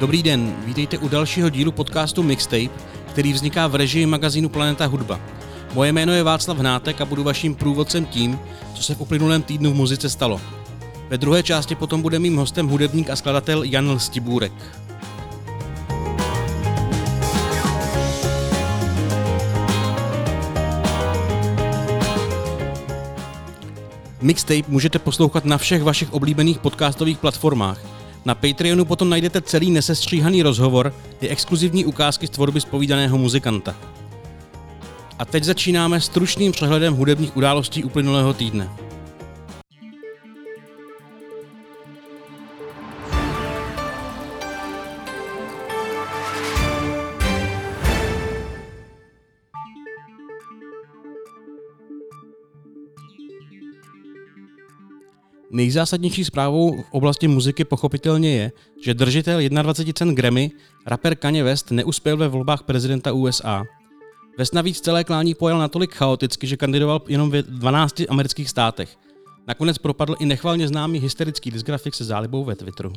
Dobrý den, vítejte u dalšího dílu podcastu Mixtape, který vzniká v režii magazínu Planeta hudba. Moje jméno je Václav Hnátek a budu vaším průvodcem tím, co se v uplynulém týdnu v muzice stalo. Ve druhé části potom bude mým hostem hudebník a skladatel Jan Lstibůrek. Mixtape můžete poslouchat na všech vašich oblíbených podcastových platformách. Na Patreonu potom najdete celý nesestříhaný rozhovor i exkluzivní ukázky z tvorby zpovídaného muzikanta. A teď začínáme stručným přehledem hudebních událostí uplynulého týdne. Nejzásadnější zprávou v oblasti muziky pochopitelně je, že držitel 21 cen Grammy, rapper Kanye West, neuspěl ve volbách prezidenta USA. West navíc celé klání pojal natolik chaoticky, že kandidoval jenom ve 12 amerických státech. Nakonec propadl i nechvalně známý hysterický disgrafik se zálibou ve Twitteru.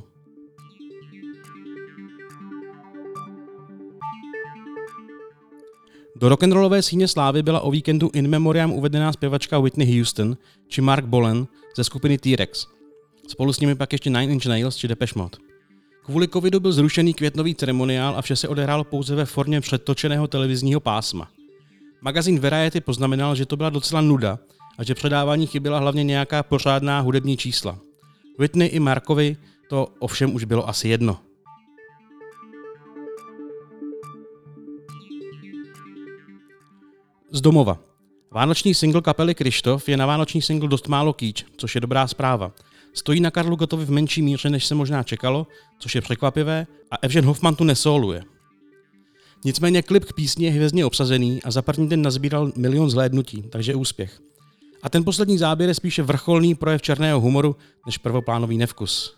Do rock'n'rollové síně slávy byla o víkendu in memoriam uvedená zpěvačka Whitney Houston či Mark Bolan ze skupiny T-Rex. Spolu s nimi pak ještě Nine Inch Nails či Depeche Mode. Kvůli covidu byl zrušený květnový ceremoniál a vše se odehrálo pouze ve formě předtočeného televizního pásma. Magazín Variety poznamenal, že to byla docela nuda a že předávání chyběla hlavně nějaká pořádná hudební čísla. Whitney i Markovi to ovšem už bylo asi jedno. Z domova. Vánoční single kapely Kryštof je na vánoční single dost málo kýč, což je dobrá zpráva. Stojí na Karlu Gottovi v menší míře, než se možná čekalo, což je překvapivé, a Evžen Hoffman tu nesóluje. Nicméně klip k písni je hvězdně obsazený a za první den nazbíral 1 000 000 zhlédnutí, takže úspěch. A ten poslední záběr je spíše vrcholný projev černého humoru, než prvoplánový nevkus.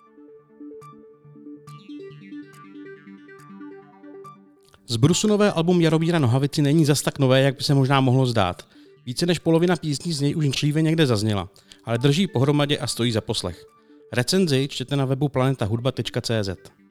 Z Brusu nové album Jaromíra Nohavici není zas tak nové, jak by se možná mohlo zdát. Více než polovina písní z něj už dříve někde zazněla, ale drží pohromadě a stojí za poslech. Recenzi čtěte na webu planetahudba.cz.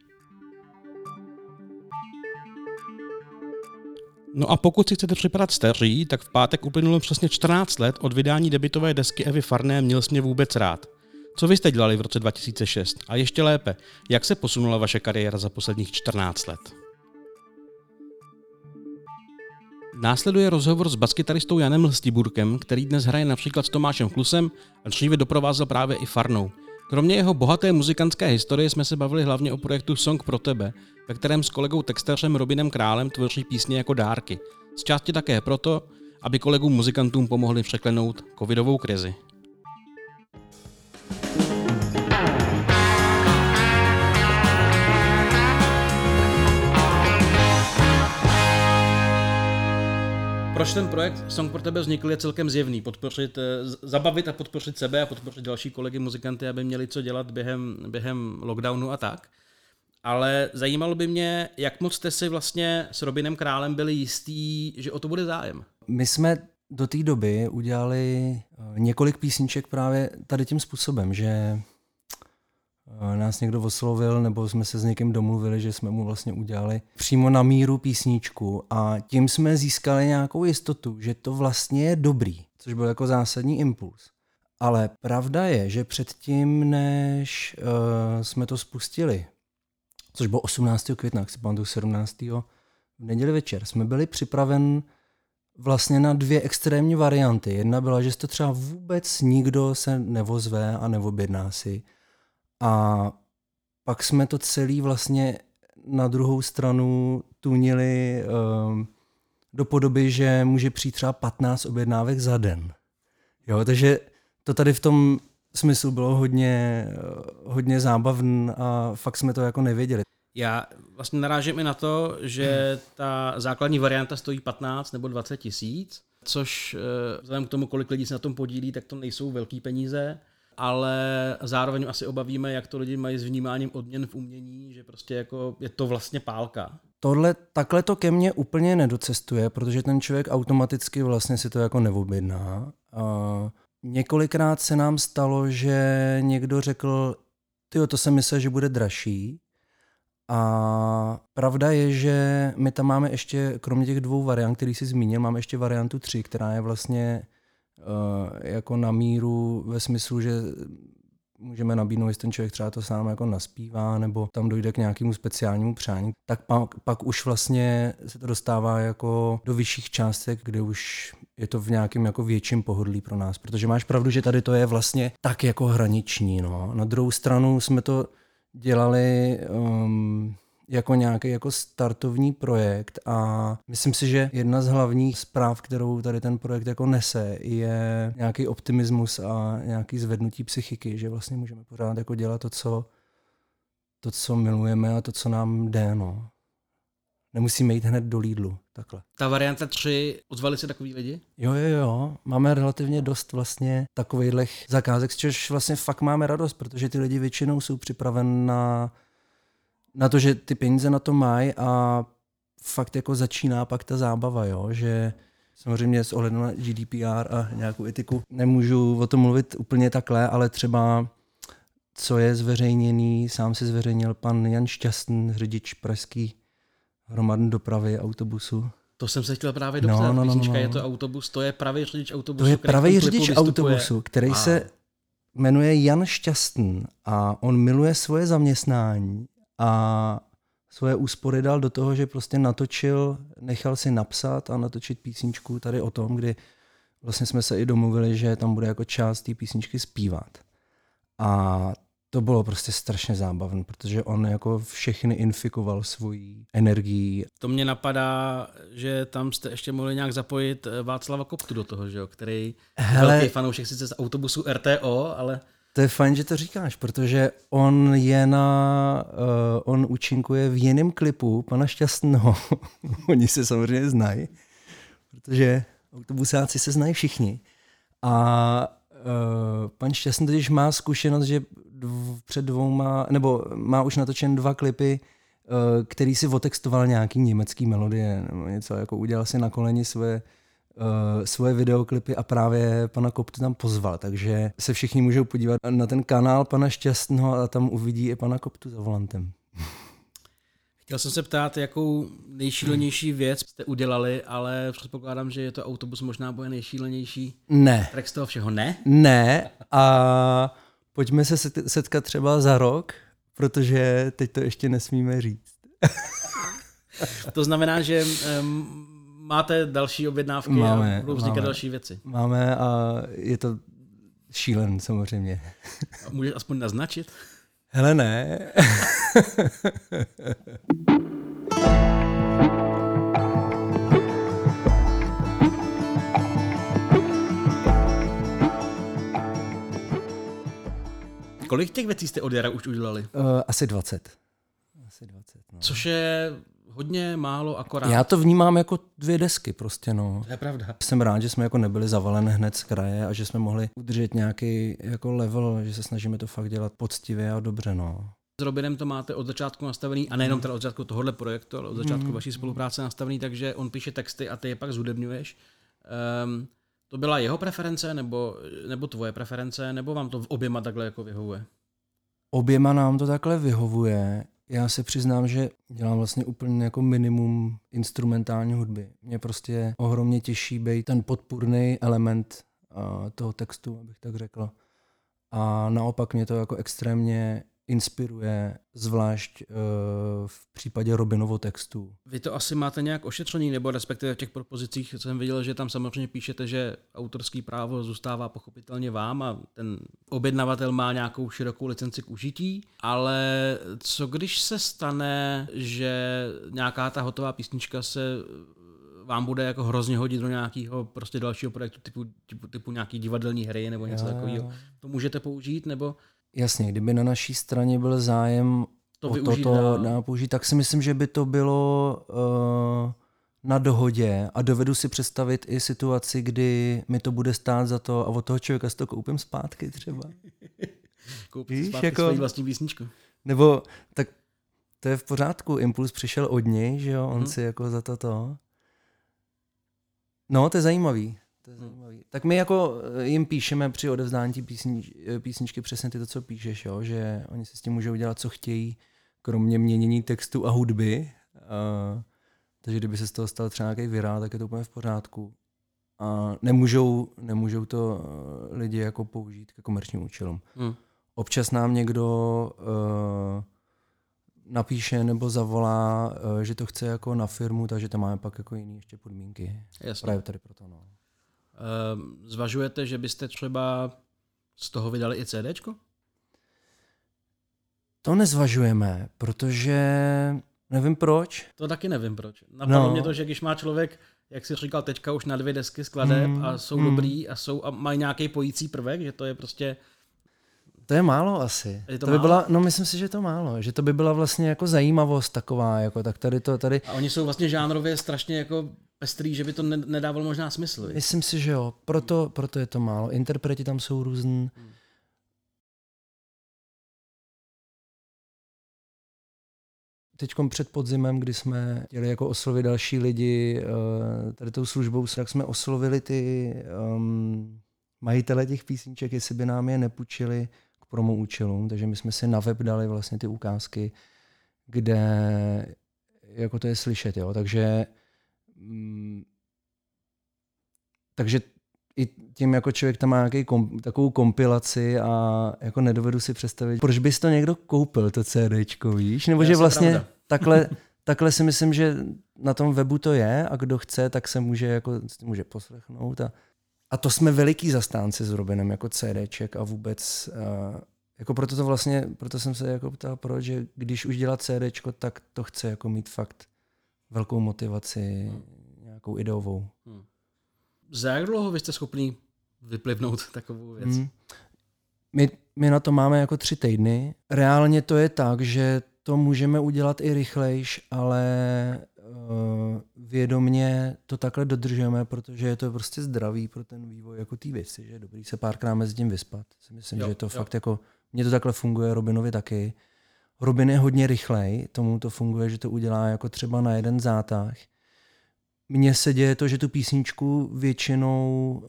No a pokud si chcete připadat staří, tak v pátek uplynulo přesně 14 let od vydání debutové desky Evy Farné Měl jsi mě vůbec rád. Co vy jste dělali v roce 2006? A ještě lépe, jak se posunula vaše kariéra za posledních 14 let? Následuje rozhovor s baskytaristou Janem Lstibůrkem, který dnes hraje například s Tomášem Klusem a dříve doprovázel právě i Farnou. Kromě jeho bohaté muzikantské historie jsme se bavili hlavně o projektu Song pro tebe, ve kterém s kolegou textařem Robinem Králem tvoří písně jako dárky. Z části také proto, aby kolegům muzikantům pomohli překlenout covidovou krizi. Proč ten projekt Song pro tebe vznikl je celkem zjevný. Zabavit a podpořit sebe a podpořit další kolegy muzikanty, aby měli co dělat během lockdownu a tak. Ale zajímalo by mě, jak moc jste si vlastně s Robinem Králem byli jistý, že o to bude zájem. My jsme do té doby udělali několik písniček právě tady tím způsobem, že nás někdo oslovil, nebo jsme se s někým domluvili, že jsme mu vlastně udělali přímo na míru písničku a tím jsme získali nějakou jistotu, že to vlastně je dobrý, což byl jako zásadní impuls. Ale pravda je, že předtím, než jsme to spustili, což bylo 18. května, jak si pamatuju 17. v neděli večer, jsme byli připraven vlastně na 2 extrémní varianty. Jedna byla, že to třeba vůbec nikdo se nevozve a neobjedná si. A pak jsme to celý vlastně na druhou stranu tunili do podoby, že může přijít třeba 15 objednávek za den. Jo, takže to tady v tom smyslu bylo hodně zábavné a fakt jsme to jako nevěděli. Já vlastně narážím i na to, že ta základní varianta stojí 15 nebo 20 tisíc, což vzhledem k tomu, kolik lidí se na tom podílí, tak to nejsou velký peníze. Ale zároveň asi obavíme, jak to lidi mají s vnímáním odměn v umění, že prostě jako je to vlastně pálka. Takhle to ke mně úplně nedocestuje, protože ten člověk automaticky vlastně si to jako neobjedná. Několikrát se nám stalo, že někdo řekl, tyjo, to jsem myslel, že bude dražší. A pravda je, že my tam máme ještě, kromě těch 2 variant, který jsi zmínil, máme ještě variantu 3, která je vlastně jako na míru ve smyslu, že můžeme nabídnout, jestli ten člověk třeba to sám jako naspívá, nebo tam dojde k nějakému speciálnímu přání, tak pak už vlastně se to dostává jako do vyšších částek, kde už je to v nějakém jako větším pohodlí pro nás. Protože máš pravdu, že tady to je vlastně tak jako hraniční. No. Na druhou stranu jsme to dělali jako nějaký jako startovní projekt a myslím si, že jedna z hlavních zpráv, kterou tady ten projekt jako nese, je nějaký optimismus a nějaký zvednutí psychiky, že vlastně můžeme pořád jako dělat to, co milujeme a to, co nám jde. No. Nemusíme jít hned do Lidlu, takhle. Ta varianta 3, ozvali se takový lidi? Jo. Máme relativně dost vlastně takových zakázek, z čehož vlastně fakt máme radost, protože ty lidi většinou jsou připraven na to, že ty peníze na to mají a fakt jako začíná pak ta zábava, jo? Že samozřejmě s ohledem na GDPR a nějakou etiku nemůžu o tom mluvit úplně takhle, ale třeba co je zveřejněný, sám si zveřejnil pan Jan Šťastný, řidič pražský hromadné dopravy autobusu. To jsem se chtěl právě doptat. Písnička Je to autobus, to je pravý řidič autobusu. To je pravý řidič autobusu, který se jmenuje Jan Šťastný a on miluje svoje zaměstnání a svoje úspory dal do toho, že prostě nechal si napsat a natočit písničku tady o tom, kdy vlastně jsme se i domluvili, že tam bude jako část té písničky zpívat. A to bylo prostě strašně zábavné, protože on jako všechny infikoval svojí energií. To mě napadá, že tam jste ještě mohli nějak zapojit Václava Koptu do toho, že jo? Který je velký fanoušek sice z autobusu RTO, ale... To je fajn, že to říkáš, protože on účinkuje v jiném klipu pana Šťastného. Oni se samozřejmě znají, protože autobusáci se znají všichni. A pan Šťastný totiž má zkušenost, že má už natočen 2 klipy, který si otextoval nějaký německý melodie nebo něco, jako udělal si na koleni svoje videoklipy a právě pana Koptu tam pozval, takže se všichni můžou podívat na ten kanál pana Šťastného a tam uvidí i pana Koptu za volantem. Chtěl jsem se ptát, jakou nejšílenější věc jste udělali, ale předpokládám, že je to autobus možná bude nejšílenější. Ne. Tak z toho všeho ne? Ne a pojďme se setkat třeba za rok, protože teď to ještě nesmíme říct. To znamená, že máte další objednávky a budou vznikat další věci. Máme a je to šílen samozřejmě. A můžeš aspoň naznačit? Hele ne. Kolik těch věcí jste od jara už udělali? Asi 20. No. Což je hodně málo akorát. Já to vnímám jako 2 desky prostě, no. To je pravda. Jsem rád, že jsme jako nebyli zavalené hned z kraje a že jsme mohli udržet nějaký jako level, že se snažíme to fakt dělat poctivě a dobře, no. S Robinem to máte od začátku nastavený, a nejenom teda od začátku tohohle projektu, ale od začátku vaší spolupráce nastavený, takže on píše texty a ty je pak zhudebňuješ. To byla jeho preference, nebo tvoje preference, nebo vám to oběma takhle jako vyhovuje? Oběma nám to takhle vyhovuje. Já se přiznám, že dělám vlastně úplně jako minimum instrumentální hudby. Mě prostě ohromně těší být ten podpůrný element toho textu, abych tak řekl. A naopak mě to jako extrémně inspiruje, zvlášť v případě Robinovo textu. Vy to asi máte nějak ošetřený, nebo respektive v těch propozicích jsem viděl, že tam samozřejmě píšete, že autorský právo zůstává pochopitelně vám a ten objednavatel má nějakou širokou licenci k užití, ale co když se stane, že nějaká ta hotová písnička se vám bude jako hrozně hodit do nějakého prostě dalšího projektu typu nějaký divadelní hry nebo něco takového. To můžete použít, nebo... Jasně, kdyby na naší straně byl zájem o toto použít, tak si myslím, že by to bylo na dohodě a dovedu si představit i situaci, kdy mi to bude stát za to a od toho člověka si to koupím zpátky třeba. Koupím zpátky jako svoji vlastní písničku. Nebo tak to je v pořádku, impuls přišel od něj, že jo, on si jako za to. No, to je zajímavý. Tak my jako jim píšeme při odevzdání písničky přesně ty to, co píšeš, jo? Že oni si s tím můžou dělat, co chtějí, kromě měnění textu a hudby. Takže kdyby se z toho stal třeba nějaký virál, tak je to úplně v pořádku. A nemůžou to lidi jako použít k komerčním účelům. Občas nám někdo napíše nebo zavolá, že to chce jako na firmu, takže tam máme pak jako jiný ještě podmínky. Jasně. Právě tady proto, no. Zvažujete, že byste třeba z toho vydali i CDčko? To nezvažujeme, protože nevím proč. To taky nevím proč. Napadlo mě to, že když má člověk, jak jsi říkal, teďka už na 2 desky skladeb a jsou dobrý a mají nějaký pojící prvek, že to je prostě... To je málo asi. Je to by málo? byla, no myslím si, že to málo. Že to by byla vlastně jako zajímavost taková, jako tak tady. A oni jsou vlastně žánrově strašně jako pestrý, že by to nedávalo možná smysl. Myslím si, že jo. Proto je to málo. Interpreti tam jsou různý. Teďkom před podzimem, kdy jsme chtěli jako oslovit další lidi tady tou službou, tak jsme oslovili ty majitele těch písniček, jestli by nám je nepůjčili k promo účelům, takže my jsme si na web dali vlastně ty ukázky, kde jako to je slyšet, jo. Takže i tím jako člověk tam má nějaký takovou kompilaci a jako nedovedu si představit, proč bys to někdo koupil, to CDčko, víš? Nebo že vlastně takhle si myslím, že na tom webu to je a kdo chce, tak se může poslechnout. A to jsme veliký zastánci s Robinem jako CDček a vůbec jako proto jsem se jako ptal, proč, že když už dělá CDčko, tak to chce jako mít fakt velkou motivaci, nějakou ideovou. Za jak dlouho vy jste schopný vyplivnout takovou věc? My na to máme jako 3 týdny. Reálně to je tak, že to můžeme udělat i rychlejš, ale vědomně to takhle dodržujeme, protože je to prostě zdravý pro ten vývoj jako té věci, že je dobrý se párkrát mezi tím vyspat. Myslím, že to fakt jako, mně to takhle funguje, Robinovi taky. Robin je hodně rychlej, tomu to funguje, že to udělá jako třeba na jeden zátah. Mně se děje to, že tu písničku většinou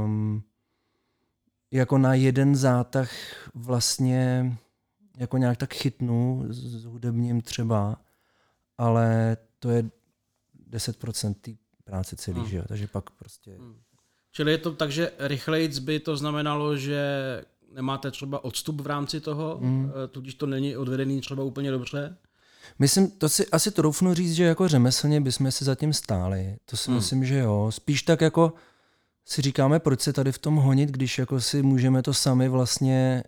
jako na jeden zátah vlastně jako nějak tak chytnu s hudebním třeba, ale to je 10% té práce celý, že jo, takže pak prostě... Čili je to tak, že rychlejc by to znamenalo, že nemáte třeba odstup v rámci toho, tudíž to není odvedený třeba úplně dobře? Myslím, asi to doufnu říct, že jako řemeslně bychom si zatím stáli. To si myslím, že jo. Spíš tak jako si říkáme, proč se tady v tom honit, když jako si můžeme to sami vlastně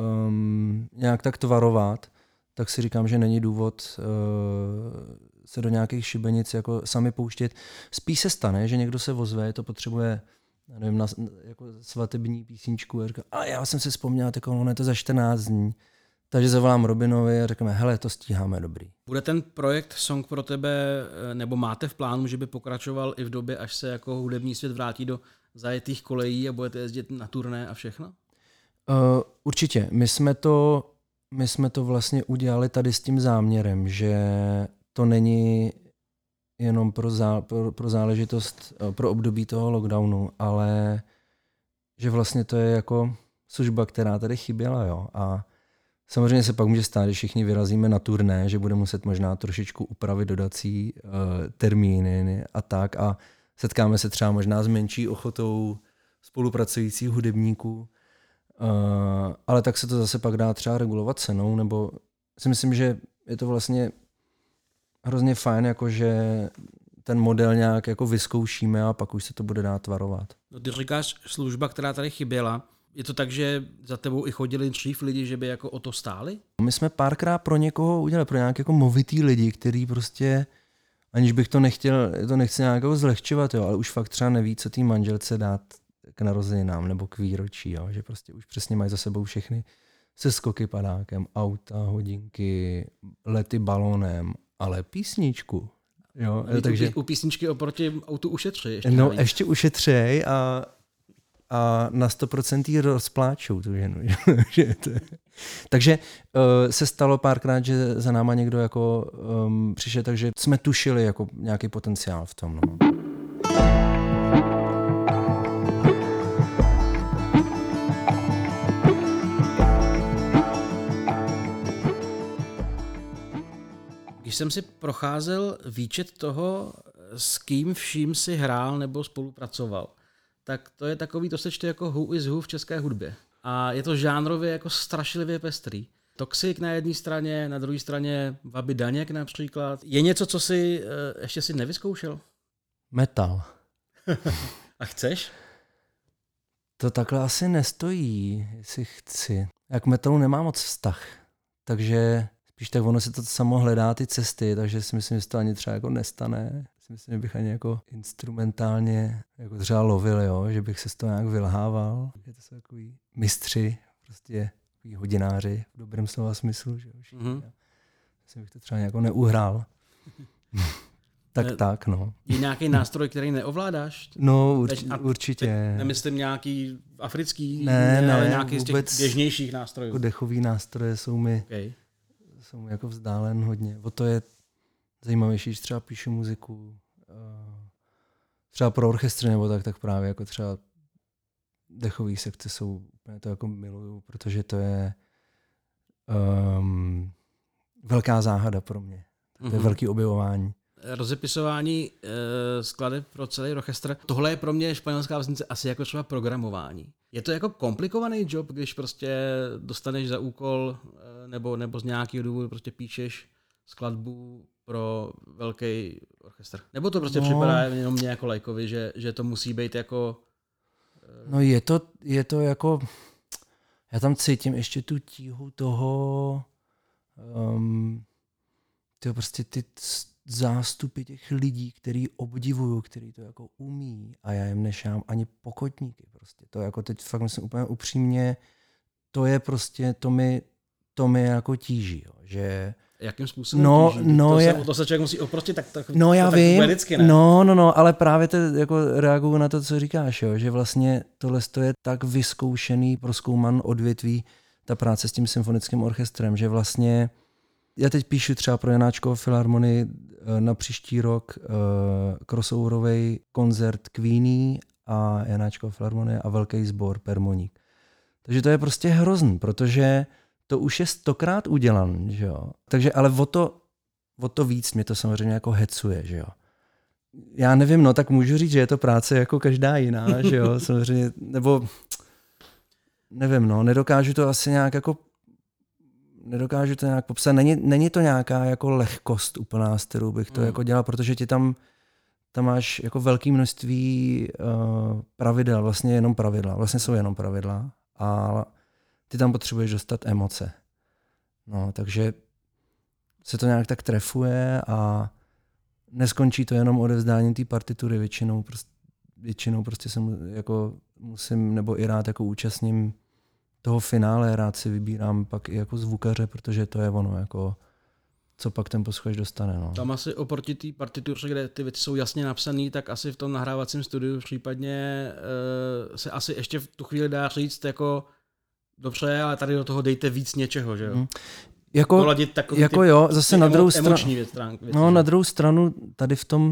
nějak tak tvarovat, tak si říkám, že není důvod se do nějakých šibenic jako sami pouštět. Spíš se stane, že někdo se ozve, to potřebuje, nevím, na jako svatební písničku a říká, a já jsem si vzpomněl, tak ono je to za 14 dní. Takže zavolám Robinovi a řekneme, hele, to stíháme, dobrý. Bude ten projekt Song pro tebe, nebo máte v plánu, že by pokračoval i v době, až se jako hudební svět vrátí do zajetých kolejí a budete jezdit na turné a všechno? Určitě. My jsme to vlastně udělali tady s tím záměrem, že to není jenom pro záležitost, pro období toho lockdownu, ale že vlastně to je jako služba, která tady chyběla, jo. A samozřejmě se pak může stát, že všichni vyrazíme na turné, že bude muset možná trošičku upravit dodací termíny a tak a setkáme se třeba možná s menší ochotou spolupracujících hudebníků, ale tak se to zase pak dá třeba regulovat cenou, nebo si myslím, že je to vlastně hrozně fajn, jakože ten model nějak jako vyzkoušíme a pak už se to bude dát tvarovat. No, ty říkáš služba, která tady chyběla. Je to tak, že za tebou i chodili dřív lidi, že by jako o to stáli? My jsme párkrát pro někoho udělali, pro nějaké jako movitý lidi, který prostě, aniž bych to nechci nějak jako zlehčovat, jo, ale už fakt třeba neví, co té manželce dát k narozeninám nebo k výročí, jo, že prostě už přesně mají za sebou všechny se skoky padákem, auta, hodinky, lety balónem, ale písničku. Jo, takže u písničky oproti autu ušetří. Ještě ušetřej a na 100% jí rozpláčou tu ženu. Takže se stalo párkrát, že za náma někdo jako přišel, takže jsme tušili jako nějaký potenciál v tom. No. jsem si procházel výčet toho, s kým vším si hrál nebo spolupracoval, tak to je takový, to se čte jako who is who v české hudbě. A je to žánrově jako strašlivě pestrý. Toxic na jedné straně, na druhé straně Vaby Daněk například. Je něco, co si ještě si nevyzkoušel? Metal. A chceš? To takhle asi nestojí, jestli chci. Já k metalu nemám moc vztah, takže spíš tak ono si to samo hledá ty cesty, takže si myslím, že to ani třeba jako nestane. Myslím, že bych ani jako instrumentálně jako třeba lovil, jo? Že bych se z toho nějak vylhával. Je to jsou takový mistři, prostě takový hodináři v dobrém slova smyslu. Že jo? Myslím, bych to třeba nějak neuhrál. Tak, no. Je nějaký nástroj, který neovládáš? No, určitě. Teď nemyslím nějaký africký, ne, ale nějaký z těch běžnějších nástrojů. Jako dechový nástroje jsou mi jako vzdálen hodně. O to je zajímavější, že třeba píšu muziku třeba pro orchestry nebo tak právě jako třeba dechové sekce jsou, úplně to jako miluju, protože to je velká záhada pro mě. To je velký objevování. Rozepisování skladeb pro celý orchestr. Tohle je pro mě španělská vesnice asi jako třeba programování. Je to jako komplikovaný job, když prostě dostaneš za úkol nebo z nějakého důvodu prostě píšeš skladbu pro velký orchestr. Nebo to prostě připadá jenom mě jako lajkovi, že to musí být jako... No je to jako... Já tam cítím ještě tu tíhu toho... prostě ty zástupy těch lidí, který obdivuju, který to jako umí a já jim nešám ani pokotníky prostě. To jako teď fakt myslím úplně upřímně, to je prostě, to mi jako tíží, jo, že... Jakým způsobem tíží? To se člověk musí oprostit, no já vím, vždycky, ne? No, ale právě to jako reaguju na to, co říkáš, jo, že vlastně tohle je tak vyzkoušený, prozkouman odvětví, ta práce s tím symfonickým orchestrem, že vlastně já teď píšu třeba pro Janáčkovu filharmonii na příští rok crossoverový koncert Queenie a Janáčkova filharmonie a velký sbor Permoník. Takže to je prostě hrozný, protože to už je 100krát udělan, že jo. Takže ale o to víc mě to samozřejmě jako hecuje, že jo. Já nevím, no tak můžu říct, že je to práce jako každá jiná, že jo, samozřejmě, nebo nevím, no, nedokážu to asi nějak jako popsat. Není to nějaká jako lehkost úplná, s kterou bych to jako dělal, protože ti tam máš jako velké množství pravidel, vlastně jsou jenom pravidla a ty tam potřebuješ dostat emoce. No, takže se to nějak tak trefuje a neskončí to jenom odevzdáním té partitury, většinou prostě se jako musím, nebo i rád jako účastním toho finále, rád si vybírám pak i jako zvukaře, protože to je ono, jako co pak ten posluchač dostane. No. Tam asi oproti té partituře, kde ty věci jsou jasně napsané, tak asi v tom nahrávacím studiu případně se asi ještě v tu chvíli dá říct jako dobře, ale tady do toho dejte víc něčeho, že jo? Jako jo, zase na druhou stranu. No, na druhou stranu tady v tom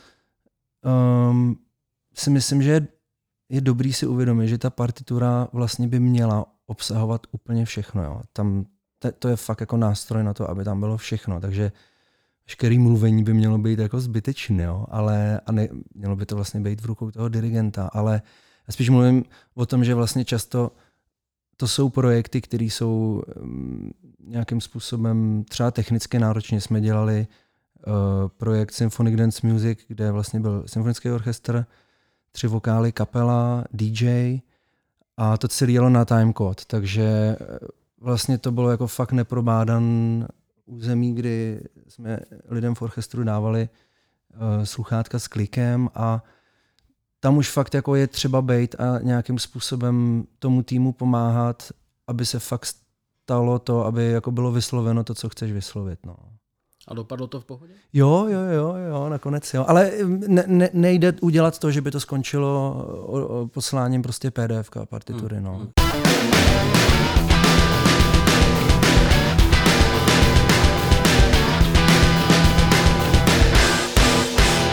si myslím, že je dobrý si uvědomit, že ta partitura vlastně by měla obsahovat úplně všechno. Jo. Tam to je fakt jako nástroj na to, aby tam bylo všechno, takže veškerý mluvení by mělo být jako zbytečné, jo, ale mělo by to vlastně být v rukou toho dirigenta, ale já spíš mluvím o tom, že vlastně často to jsou projekty, které jsou nějakým způsobem třeba technicky náročně. Jsme dělali projekt Symphonic Dance Music, kde vlastně byl symfonický orchestr, 3 vokály, kapela, DJ a to celé jelo na timecode, takže vlastně to bylo jako fakt neprobádan území, kdy jsme lidem v orchestru dávali sluchátka s klikem a tam už fakt jako je třeba bejt a nějakým způsobem tomu týmu pomáhat, aby se fakt stalo to, aby jako bylo vysloveno to, co chceš vyslovit. No. A dopadlo to v pohodě? Jo, nakonec jo. Ale nejde udělat to, že by to skončilo posláním prostě PDF a partitury. No.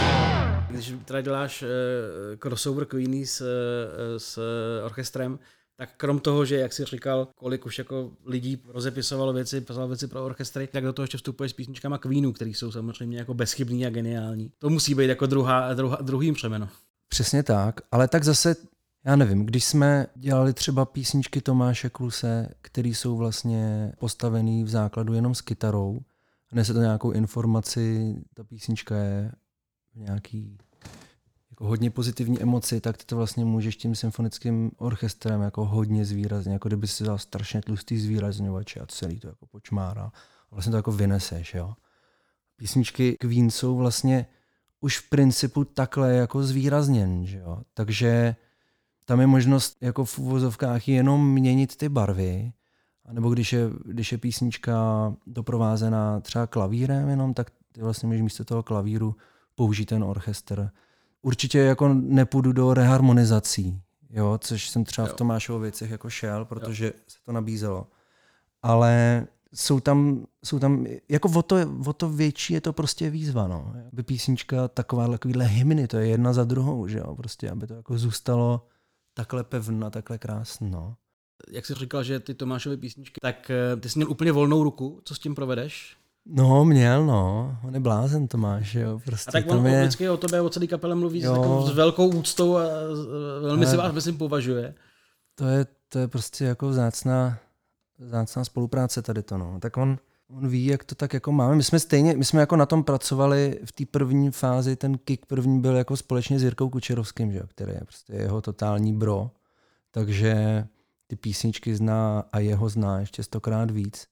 Když teda děláš crossover Queenie s orchestrem, Tak krom toho, že jak jsi říkal, kolik už jako lidí rozepisovalo věci, psalo věci pro orchestry, tak do toho ještě vstupuje s písničkama Queenu, který jsou samozřejmě jako bezchybný a geniální. To musí být jako druhým přemeno. Přesně tak, ale tak zase, já nevím, když jsme dělali třeba písničky Tomáše Kluse, které jsou vlastně postavený v základu jenom s kytarou, nese to nějakou informaci, ta písnička je nějaký jako hodně pozitivní emoci, tak ty to vlastně můžeš tím symfonickým orchestrem jako hodně zvýraznit, jako kdyby si dal strašně tlustý zvýrazňovače a celý to jako počmáral. Vlastně to jako vyneseš, jo. Písničky Queen jsou vlastně už v principu takhle jako zvýrazněn, že jo. Takže tam je možnost jako v uvozovkách jenom měnit ty barvy, nebo když je písnička doprovázená třeba klavírem jenom, tak ty vlastně můžeš místo toho klavíru použít ten orchestr. Určitě jako nepůjdu do reharmonizací, jo, což jsem třeba v Tomášových věcech jako šel, protože se to nabízelo. Ale jsou tam jako o to větší je to prostě výzva, no. Aby písnička takovýhle hymny, to je jedna za druhou, že jo, prostě, aby to jako zůstalo takhle pevno, takhle krásno, no. Jak jsi říkal, že ty Tomášovy písničky, tak ty jsi měl úplně volnou ruku, co s tím provedeš? No, měl, no. On je blázen, Tomáš, jo. Prostě a tak on vždycky o tobě, o celý kapele mluví s velkou úctou a velmi si vás, myslím, považuje. To je prostě jako vzácná spolupráce tady to, no. Tak on ví, jak to tak jako máme. My jsme jako na tom pracovali v té první fázi, ten kick první byl jako společně s Jirkou Kučerovským, že? Který je prostě jeho totální bro. Takže ty písničky zná a jeho zná ještě 100krát víc.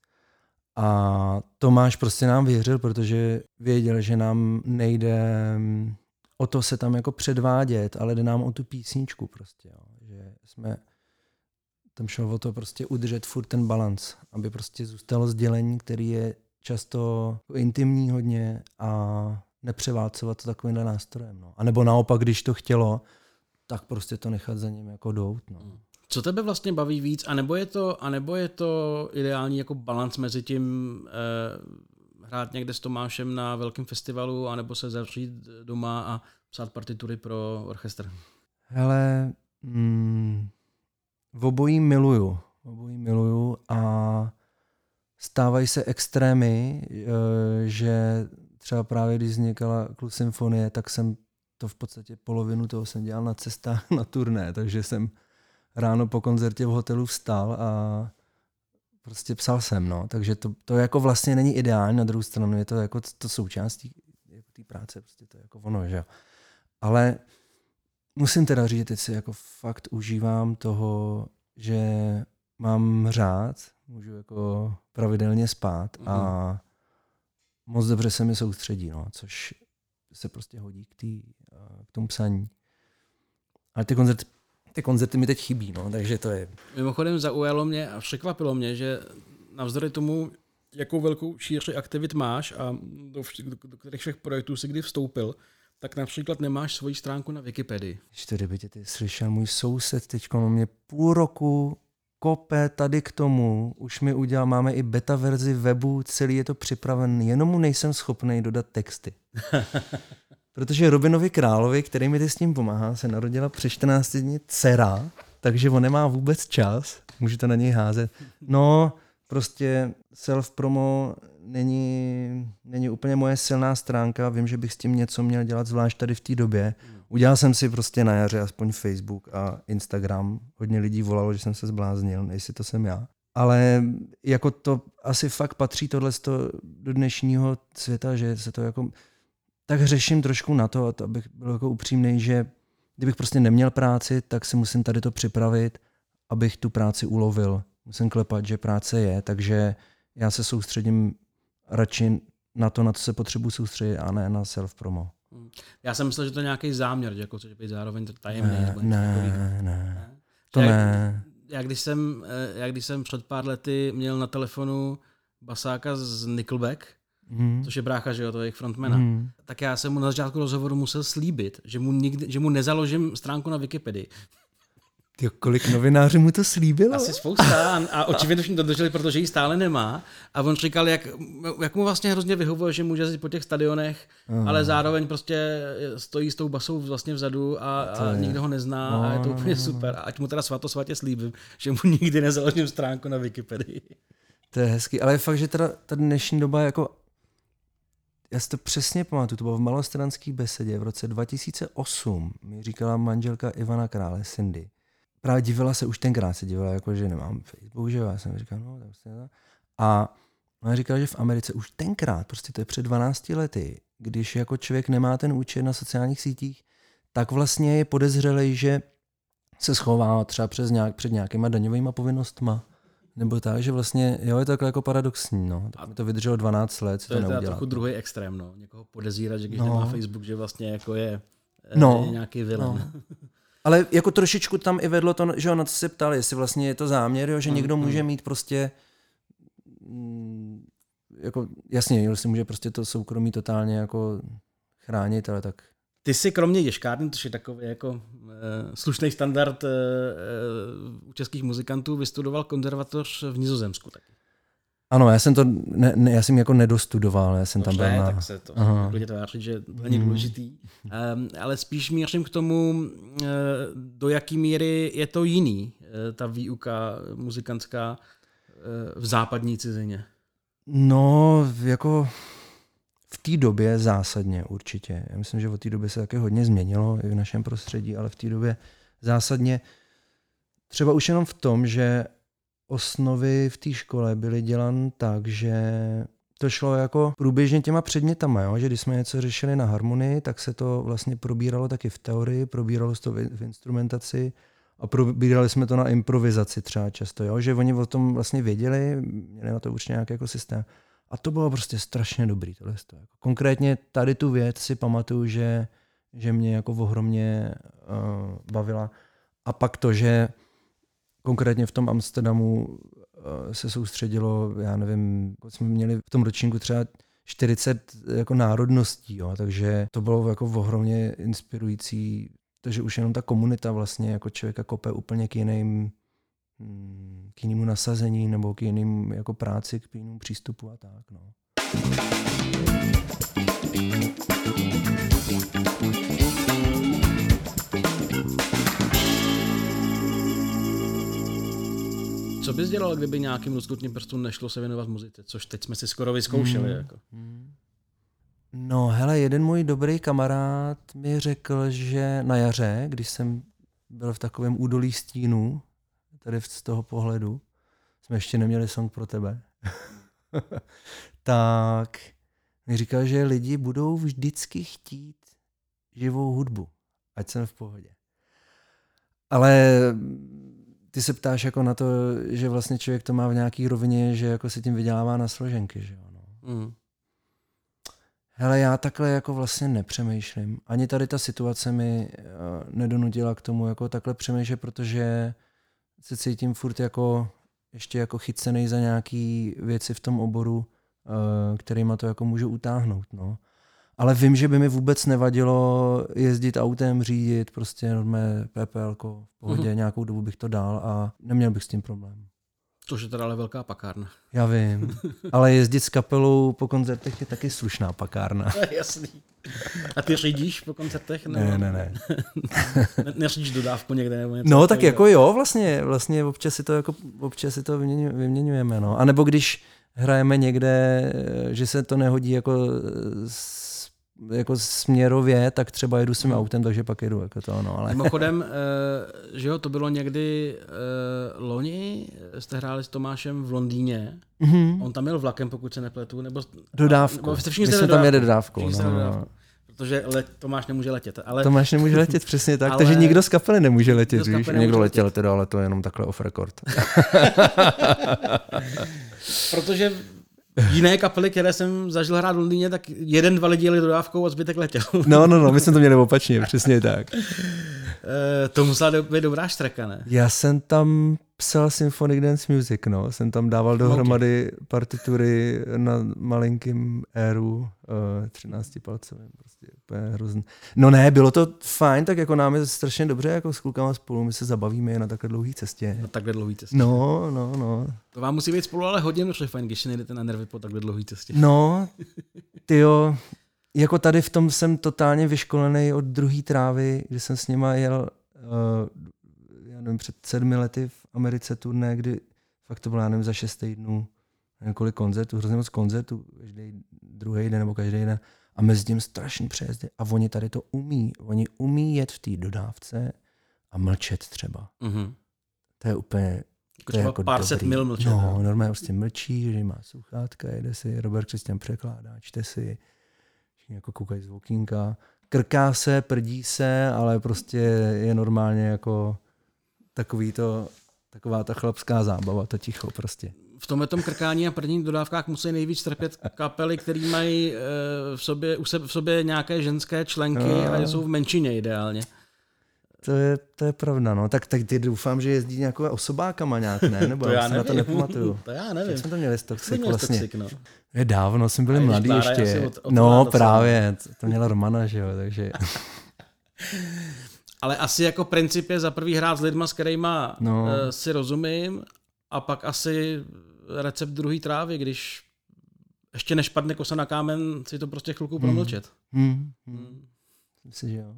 A Tomáš prostě nám věřil, protože věděl, že nám nejde o to se tam jako předvádět, ale jde nám o tu písničku prostě. Jo. Že jsme tam šlo o to prostě udržet furt ten balans, aby prostě zůstalo sdělení, který je často intimní hodně a nepřeválcovat to takovýmhle nástrojem. No. A nebo naopak, když to chtělo, tak prostě to nechat za ním jako dout. No. Co tebe vlastně baví víc, anebo je to ideální jako balans mezi tím hrát někde s Tomášem na velkém festivalu, anebo se zavřít doma a psát partitury pro orchestr? Hele, obojí miluju a stávají se extrémy, že třeba právě když vznikala Klus symfonie, tak jsem to v podstatě polovinu toho jsem dělal na cestách na turné, takže jsem ráno po koncertě v hotelu vstal a prostě psal jsem, no. Takže to jako vlastně není ideální, na druhou stranu je to jako to součástí jako té práce, prostě to je jako ono, že jo. Ale musím teda říct, teď si jako fakt užívám toho, že mám řád, můžu jako pravidelně spát a moc dobře se mi soustředí, no, což se prostě hodí k tomu psaní. Ale ty koncerty mi teď chybí, no, takže to je. Mimochodem zaujalo mě a překvapilo mě, že navzdory tomu, jakou velkou šíři aktivit máš a do kterých všech projektů si kdy vstoupil, tak například nemáš svoji stránku na Wikipedii. Kdyby ty slyšel, můj soused teďko mě půl roku kope tady k tomu, už mi udělal, máme i beta verzi webu, celý je to připraven, jenom mu nejsem schopný dodat texty. Protože Robinovi Královi, který mi s tím pomáhá, se narodila před 14 dní dcera, takže on nemá vůbec čas, můžete na něj házet. No, prostě self-promo není úplně moje silná stránka, vím, že bych s tím něco měl dělat, zvlášť tady v té době. Udělal jsem si prostě na jaře aspoň Facebook a Instagram, hodně lidí volalo, že jsem se zbláznil, nejsi to jsem já. Ale jako to asi fakt patří tohleto do dnešního světa, že se to jako tak řeším trošku na to, abych byl jako upřímnej, že kdybych prostě neměl práci, tak si musím tady to připravit, abych tu práci ulovil. Musím klepat, že práce je, takže já se soustředím radši na to, na co se potřebuji soustředit, a ne na self-promo. Já jsem myslel, že to je nějaký záměr, že jako chceš být zároveň tajemný. Ne. To ne. Já když jsem před pár lety měl na telefonu basáka z Nickelback, což je brácha, že jo, to je jejich frontmana, tak já jsem mu na začátku rozhovoru musel slíbit, že mu nezaložím stránku na Wikipedii. Ty, kolik novinářů mu to slíbilo? Asi spousta a očividně už to dodrželi, protože ji stále nemá. A on říkal, jak mu vlastně hrozně vyhovuje, že může jezdit po těch stadionech, ale zároveň prostě stojí s tou basou vlastně vzadu a nikdo ho nezná a je to úplně super. A ať mu teda svatosvatě slíbím, že mu nikdy nezaložím stránku na Wikipedii. To je hezký, ale je fakt, že teda ta dnešní doba jako... Já si to přesně pamatuju, to bylo v Malostranské besedě v roce 2008, mi říkala manželka Ivana Krále, Cindy. Právě divila se, už tenkrát se divila, jako, že nemám Facebook, že já jsem říkal, no, a ona říkala, že v Americe už tenkrát, prostě to je před 12 lety, když jako člověk nemá ten účet na sociálních sítích, tak vlastně je podezřelej, že se schová třeba před nějakýma daňovými povinnostma. Nebo tak, že vlastně, jo, je to jako paradoxní, no. Tak mi to vydrželo 12 let, si to neudělat. To je trochu druhý extrém, no. Někoho podezírat, že když nemá Facebook, že vlastně jako je nějaký vilen. No. Ale jako trošičku tam i vedlo to, že on na to se ptal, jestli vlastně je to záměr, jo, že někdo může mít prostě, jako jasně, někdo si může prostě to soukromí totálně jako chránit, ale tak... Ty jsi kromě ješkárny, což je takový jako slušný standard u českých muzikantů, vystudoval konzervatoř v Nizozemsku taky. Ano, já jsem to já jsem jako nedostudoval, já jsem tam byl na... tak se to klidně tvářit, že to není důležitý. Ale spíš mířím k tomu, do jaký míry je to jiný, ta výuka muzikantská v západní cizině. No, jako v té době zásadně určitě. Já myslím, že od té doby se také hodně změnilo i v našem prostředí, ale v té době zásadně třeba už jenom v tom, že osnovy v té škole byly dělané tak, že to šlo jako průběžně těma předmětama, jo? Že když jsme něco řešili na harmonii, tak se to vlastně probíralo taky v teorii, probíralo se to v instrumentaci a probírali jsme to na improvizaci třeba často, jo? Že oni o tom vlastně věděli, měli na to určitě nějaký jako systém. A to bylo prostě strašně dobrý. Tohle. Konkrétně tady tu věc si pamatuju, že mě jako ohromně bavila. A pak to, že konkrétně v tom Amsterdamu se soustředilo, já nevím, jsme měli v tom ročníku třeba 40 jako národností, jo, takže to bylo jako ohromně inspirující, takže už jenom ta komunita vlastně jako člověka kope úplně k jinému nasazení nebo k jiným jako práci, k jinému přístupu a tak. No. Co bys dělal, kdyby nějakým lusknutím prstů nešlo se věnovat muzice? Což teď jsme si skoro vyzkoušeli. Jako. No hele, jeden můj dobrý kamarád mi řekl, že na jaře, když jsem byl v takovém údolí stínu, tady z toho pohledu, jsme ještě neměli song pro tebe, tak mi říkal, že lidi budou vždycky chtít živou hudbu, ať jsem v pohodě. Ale ty se ptáš jako na to, že vlastně člověk to má v nějaký rovině, že jako si tím vydělává na složenky, že jo. No. Hele, já takhle jako vlastně nepřemýšlím. Ani tady ta situace mi nedonutila k tomu jako takhle přemýšlet, protože se cítím furt jako ještě jako chycenej za nějaký věci v tom oboru, kterýma to jako můžu utáhnout, no. Ale vím, že by mi vůbec nevadilo jezdit autem, řídit, prostě normálně PPLko v pohodě, nějakou dobu bych to dal a neměl bych s tím problém. Což je teda ale velká pakárna. Já vím, ale jezdit s kapelou po koncertech je taky slušná pakárna. To je jasný. A ty řídíš po koncertech? Ne. Neřídíš dodávku někde? Nebo něco no tak jako jo, vlastně občas si to vyměňujeme. No. A nebo když hrajeme někde, že se to nehodí jako směrově, tak třeba jedu svým autem, takže pak jedu jako to, no, ale... Mimochodem, že jo, to bylo někdy loni, jste hráli s Tomášem v Londýně, on tam jel vlakem, pokud se nepletu, nebo... Dodávku, my jsme tam jeli dodávkou. No. Protože Tomáš nemůže letět. Ale... Tomáš nemůže letět, přesně tak, takže nikdo z kapely nemůže letět, víš? Někdo letěl teda, ale to je jenom takhle off record. Protože jiné kapely, které jsem zažil hrát v Londýně, tak 1-2 lidi jeli dodávkou a zbytek letěl. No, my jsme to měli opačně, přesně tak. To musela být dobrá štreka, ne? Já jsem tam psal Symphonic Dance Music, no. Jsem tam dával dohromady partitury na malinkým éru 13-palcovým. Prostě úplně hrozný. No ne, bylo to fajn, tak jako nám je strašně dobře, jako s klukama spolu, my se zabavíme na takhle dlouhý cestě. Na takhle dlouhý cestě. No. To vám musí být spolu ale hodně dobře fajn, když si nejdete na nervy po takhle dlouhý cestě. No, tyjo, jako tady v tom jsem totálně vyškolený od druhý trávy, že jsem s nima jel já nevím, před 7 lety v Americe turné, kdy fakt to bylo, já nevím, za 6 týdnů, několik koncertů, hrozně moc koncertů, každý druhý den nebo každý den a mezi tím strašný přejezdy a oni tady to umí, oni umí jet v té dodávce a mlčet třeba. Mm-hmm. To je úplně, to je jako pár set mil mlčet. No, normálně prostě mlčí, že má sluchátka, jede si, Robert Christian překládá, čte si, jako koukají z okýnka, krká se, prdí se, ale prostě je normálně jako taková ta chlapská zábava, to ticho prostě. V tomhletom krkání a prvních dodávkách musí nejvíc trpět kapely, které mají v sobě nějaké ženské členky a jsou v menšině ideálně. To je pravda, no. Tak ty doufám, že jezdí nějakou osobákama nějak, ne? Nebo to já na to nepamatuju. To já nevím. Jak jsme to měli z Toxic vlastně? Toxic, no. Je dávno, jsme byli mladí ještě. No právě, to měla Romana, že jo, takže... Ale asi jako princip je za prvý hrát s lidma, s kterýma si rozumím, a pak asi recept druhý trávy, když ještě než padne kosa na kámen, si to prostě chvilku promlčet. Myslím, že jo.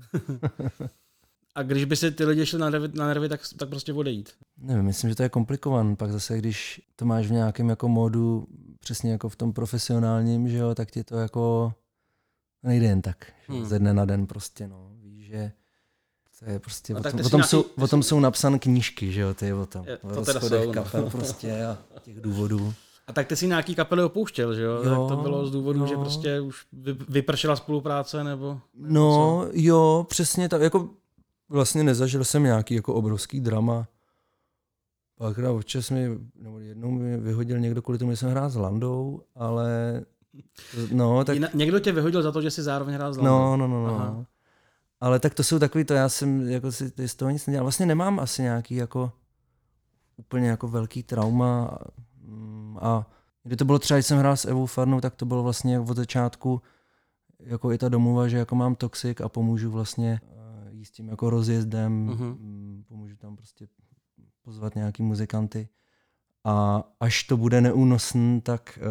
A když by si ty lidi šli na nervy, tak prostě odejít. Nevím, myslím, že to je komplikované. Pak zase, když to máš v nějakém jako módu, přesně jako v tom profesionálním, že jo, tak ti to jako nejde jen tak. Ze dne na den prostě, no. Víš, že to je prostě, o tom jsou napsané knížky, že jo, ty o tom. O rozchodech kapel prostě a těch důvodů. A tak ty si nějaký kapely opouštěl, že jo? Tak to bylo z důvodu, že prostě už vypršela spolupráce, nebo... No, co? Jo, přesně tak, jako vlastně nezažil jsem nějaký jako obrovský drama. Párkrát občas jednou mi vyhodil někdo kvůli tomu, že jsem hrál s Landou, ale no, tak... Někdo tě vyhodil za to, že jsi zároveň hrál s Landou? No. Ale tak to jsou takový, to já jsem jako si z toho nic nedělal. Vlastně nemám asi nějaký jako úplně jako velký trauma a kdy to bylo třeba, když jsem hrál s Evou Farnou, tak to bylo vlastně od začátku jako i ta domluva, že jako mám Toxic a pomůžu vlastně jí s tím jako rozjezdem, pomůžu tam prostě pozvat nějaký muzikanty a až to bude neúnosný,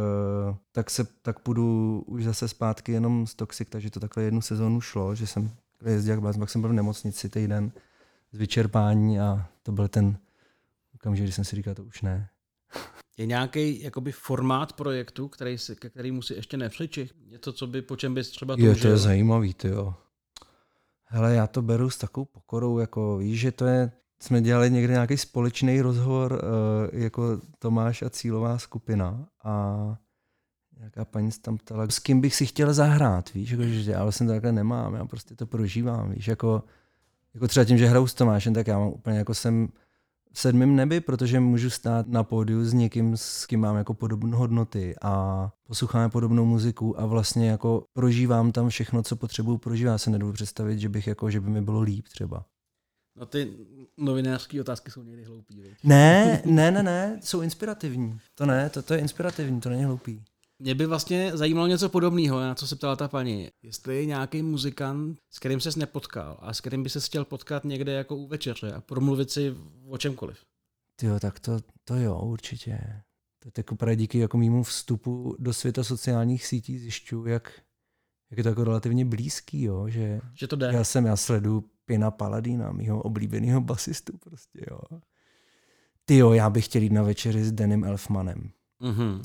tak půjdu už zase zpátky jenom z Toxic, takže to takhle 1 sezónu šlo, že jsem jezdil, pak jsem byl v nemocnici týden z vyčerpání a to byl ten okamžik, kdy jsem si říkal, to už ne. Je nějaký jakoby formát projektu, ke kterému si ještě nepřičich? Něco, po čem bys třeba toužil? To je zajímavý, tyjo. Hele, já to beru s takovou pokorou, jako víš, že to je, jsme dělali někdy nějaký společný rozhovor jako Tomáš a cílová skupina a nějaká paní se tam ptala, s kým bych si chtěl zahrát, víš, že ale jsem to takhle nemám, já prostě to prožívám, víš, jako třeba tím, že hraju s Tomášem, tak já mám úplně jako jsem v 7. nebi, protože můžu stát na pódiu s někým, s kým mám jako podobné hodnoty a posloucháme podobnou muziku a vlastně jako prožívám tam všechno, co potřebuju prožívat. Já se nedovedu představit, že by mi bylo líp třeba. No ty novinářské otázky jsou někdy hloupý, viď? Ne, jsou inspirativní. To je inspirativní, to není hloupý. Mě by vlastně zajímalo něco podobného, na co se ptala ta paní. Jestli je nějaký muzikant, s kterým ses nepotkal a s kterým by ses chtěl potkat někde jako u večeře a promluvit si o čemkoliv. Tyjo, tak to jo, určitě. To tak právě díky jako mému vstupu do světa sociálních sítí zjišťuju, jak je to jako relativně blízký, jo, že to jde. Já sleduju Pina Paladina, mýho oblíbeného basistu prostě, jo. Tyjo, já bych chtěl jít na večeři s Danem Elfmanem. Mhm.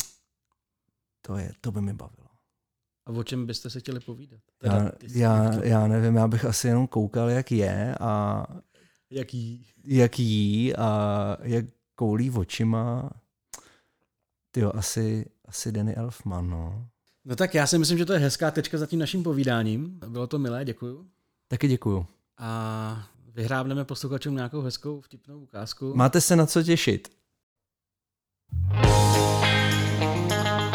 To by mi bavilo. A o čem byste se chtěli povídat? Já nevím, já bych asi jenom koukal, jak je a jak jí a jak koulí očima. Tyjo, asi Danny Elfman, no. No tak já si myslím, že to je hezká tečka za tím naším povídáním. Bylo to milé, děkuju. Taky děkuju. A vyhrábneme posluchačům nějakou hezkou vtipnou ukázku. Máte se na co těšit.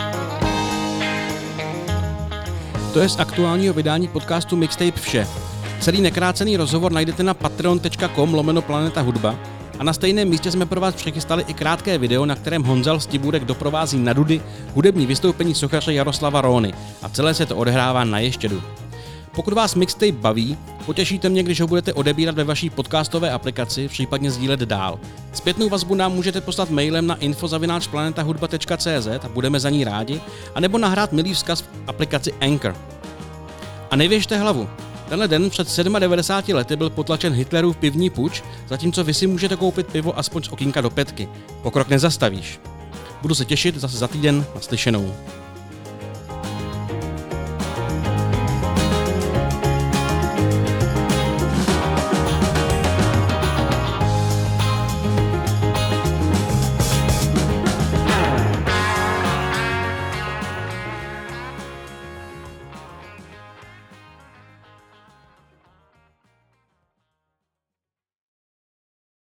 To je z aktuálního vydání podcastu Mixtape vše. Celý nekrácený rozhovor najdete na patreon.com/Planeta Hudba a na stejném místě jsme pro vás přichystali i krátké video, na kterém Honzal Stibůrek doprovází na dudy hudební vystoupení sochaře Jaroslava Róny a celé se to odehrává na Ještědu. Pokud vás mixtape baví, potěšíte mě, když ho budete odebírat ve vaší podcastové aplikaci, případně sdílet dál. Zpětnou vazbu nám můžete poslat mailem na info@planetahudba.cz a budeme za ní rádi, anebo nahrát milý vzkaz v aplikaci Anchor. A nevěžte hlavu. Tenhle den před 97 lety byl potlačen Hitlerův pivní puč, zatímco vy si můžete koupit pivo aspoň z okýnka do Petky. Pokrok nezastavíš. Budu se těšit zase za týden, naslyšenou.